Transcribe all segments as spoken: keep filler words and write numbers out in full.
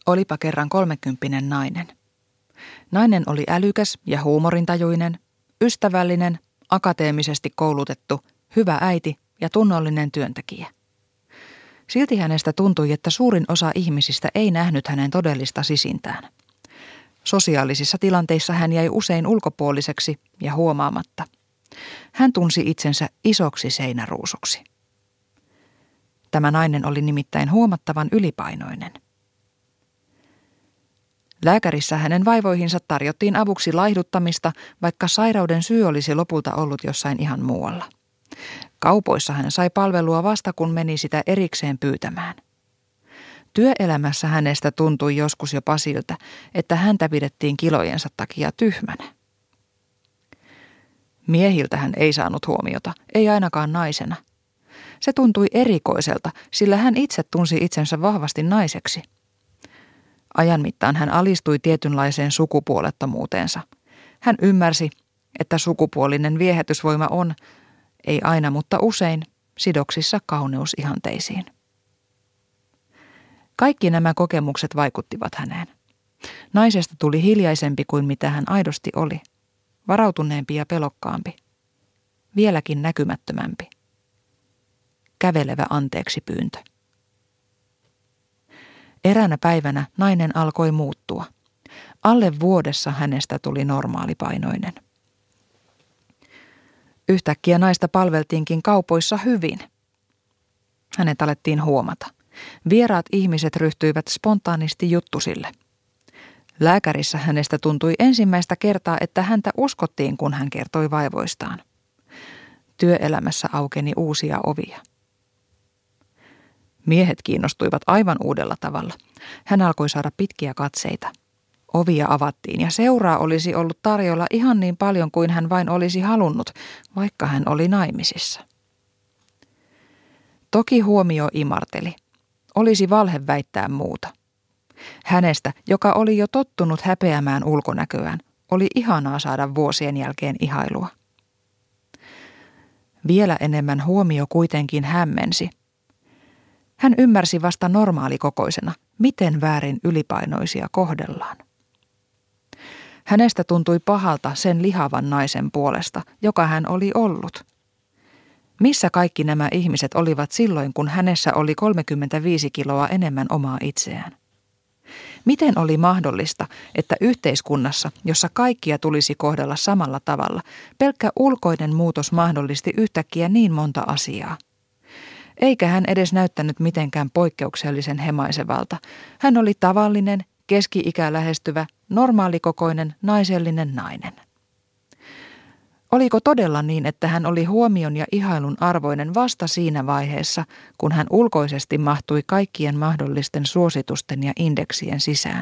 Olipa kerran kolmekymppinen nainen. Nainen oli älykäs ja huumorintajuinen, ystävällinen, akateemisesti koulutettu, hyvä äiti ja tunnollinen työntekijä. Silti hänestä tuntui, että suurin osa ihmisistä ei nähnyt hänen todellista sisintään. Sosiaalisissa tilanteissa hän jäi usein ulkopuoliseksi ja huomaamatta. Hän tunsi itsensä isoksi seinäruusuksi. Tämä nainen oli nimittäin huomattavan ylipainoinen. Lääkärissä hänen vaivoihinsa tarjottiin avuksi laihduttamista, vaikka sairauden syy olisi lopulta ollut jossain ihan muualla. Kaupoissa hän sai palvelua vasta, kun meni sitä erikseen pyytämään. Työelämässä hänestä tuntui joskus jopa siltä, että häntä pidettiin kilojensa takia tyhmänä. Miehiltä hän ei saanut huomiota, ei ainakaan naisena. Se tuntui erikoiselta, sillä hän itse tunsi itsensä vahvasti naiseksi. Ajan mittaan hän alistui tietynlaiseen sukupuolettomuuteensa. Hän ymmärsi, että sukupuolinen viehätysvoima on, ei aina mutta usein, sidoksissa kauneusihanteisiin. Kaikki nämä kokemukset vaikuttivat häneen. Naisesta tuli hiljaisempi kuin mitä hän aidosti oli, varautuneempi ja pelokkaampi, vieläkin näkymättömämpi. Kävelevä anteeksi pyyntö. Eräänä päivänä nainen alkoi muuttua. Alle vuodessa hänestä tuli normaalipainoinen. Yhtäkkiä naista palveltiinkin kaupoissa hyvin. Hänet alettiin huomata. Vieraat ihmiset ryhtyivät spontaanisti juttusille. Lääkärissä hänestä tuntui ensimmäistä kertaa, että häntä uskottiin, kun hän kertoi vaivoistaan. Työelämässä aukeni uusia ovia. Miehet kiinnostuivat aivan uudella tavalla. Hän alkoi saada pitkiä katseita. Ovia avattiin ja seuraa olisi ollut tarjolla ihan niin paljon kuin hän vain olisi halunnut, vaikka hän oli naimisissa. Toki huomio imarteli. Olisi valhe väittää muuta. Hänestä, joka oli jo tottunut häpeämään ulkonäköään, oli ihanaa saada vuosien jälkeen ihailua. Vielä enemmän huomio kuitenkin hämmensi. Hän ymmärsi vasta normaalikokoisena, miten väärin ylipainoisia kohdellaan. Hänestä tuntui pahalta sen lihavan naisen puolesta, joka hän oli ollut. Missä kaikki nämä ihmiset olivat silloin, kun hänessä oli kolmekymmentäviisi kiloa enemmän omaa itseään? Miten oli mahdollista, että yhteiskunnassa, jossa kaikkia tulisi kohdella samalla tavalla, pelkkä ulkoinen muutos mahdollisti yhtäkkiä niin monta asiaa? Eikä hän edes näyttänyt mitenkään poikkeuksellisen hemaisevalta. Hän oli tavallinen, keski-ikä lähestyvä, normaalikokoinen, naisellinen nainen. Oliko todella niin, että hän oli huomion ja ihailun arvoinen vasta siinä vaiheessa, kun hän ulkoisesti mahtui kaikkien mahdollisten suositusten ja indeksien sisään?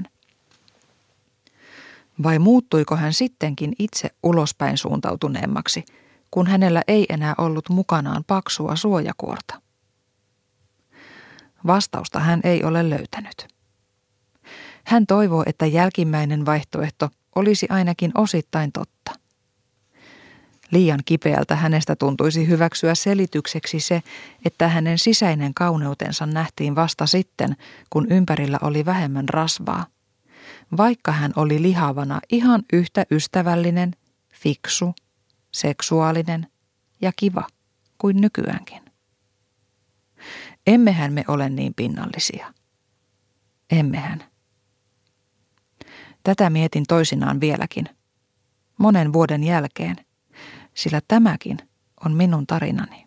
Vai muuttuiko hän sittenkin itse ulospäin suuntautuneemmaksi, kun hänellä ei enää ollut mukanaan paksua suojakuorta? Vastausta hän ei ole löytänyt. Hän toivoo, että jälkimmäinen vaihtoehto olisi ainakin osittain totta. Liian kipeältä hänestä tuntuisi hyväksyä selitykseksi se, että hänen sisäinen kauneutensa nähtiin vasta sitten, kun ympärillä oli vähemmän rasvaa. Vaikka hän oli lihavana ihan yhtä ystävällinen, fiksu, seksuaalinen ja kiva kuin nykyäänkin. Emmehän me ole niin pinnallisia. Emmehän. Tätä mietin toisinaan vieläkin, monen vuoden jälkeen, sillä tämäkin on minun tarinani.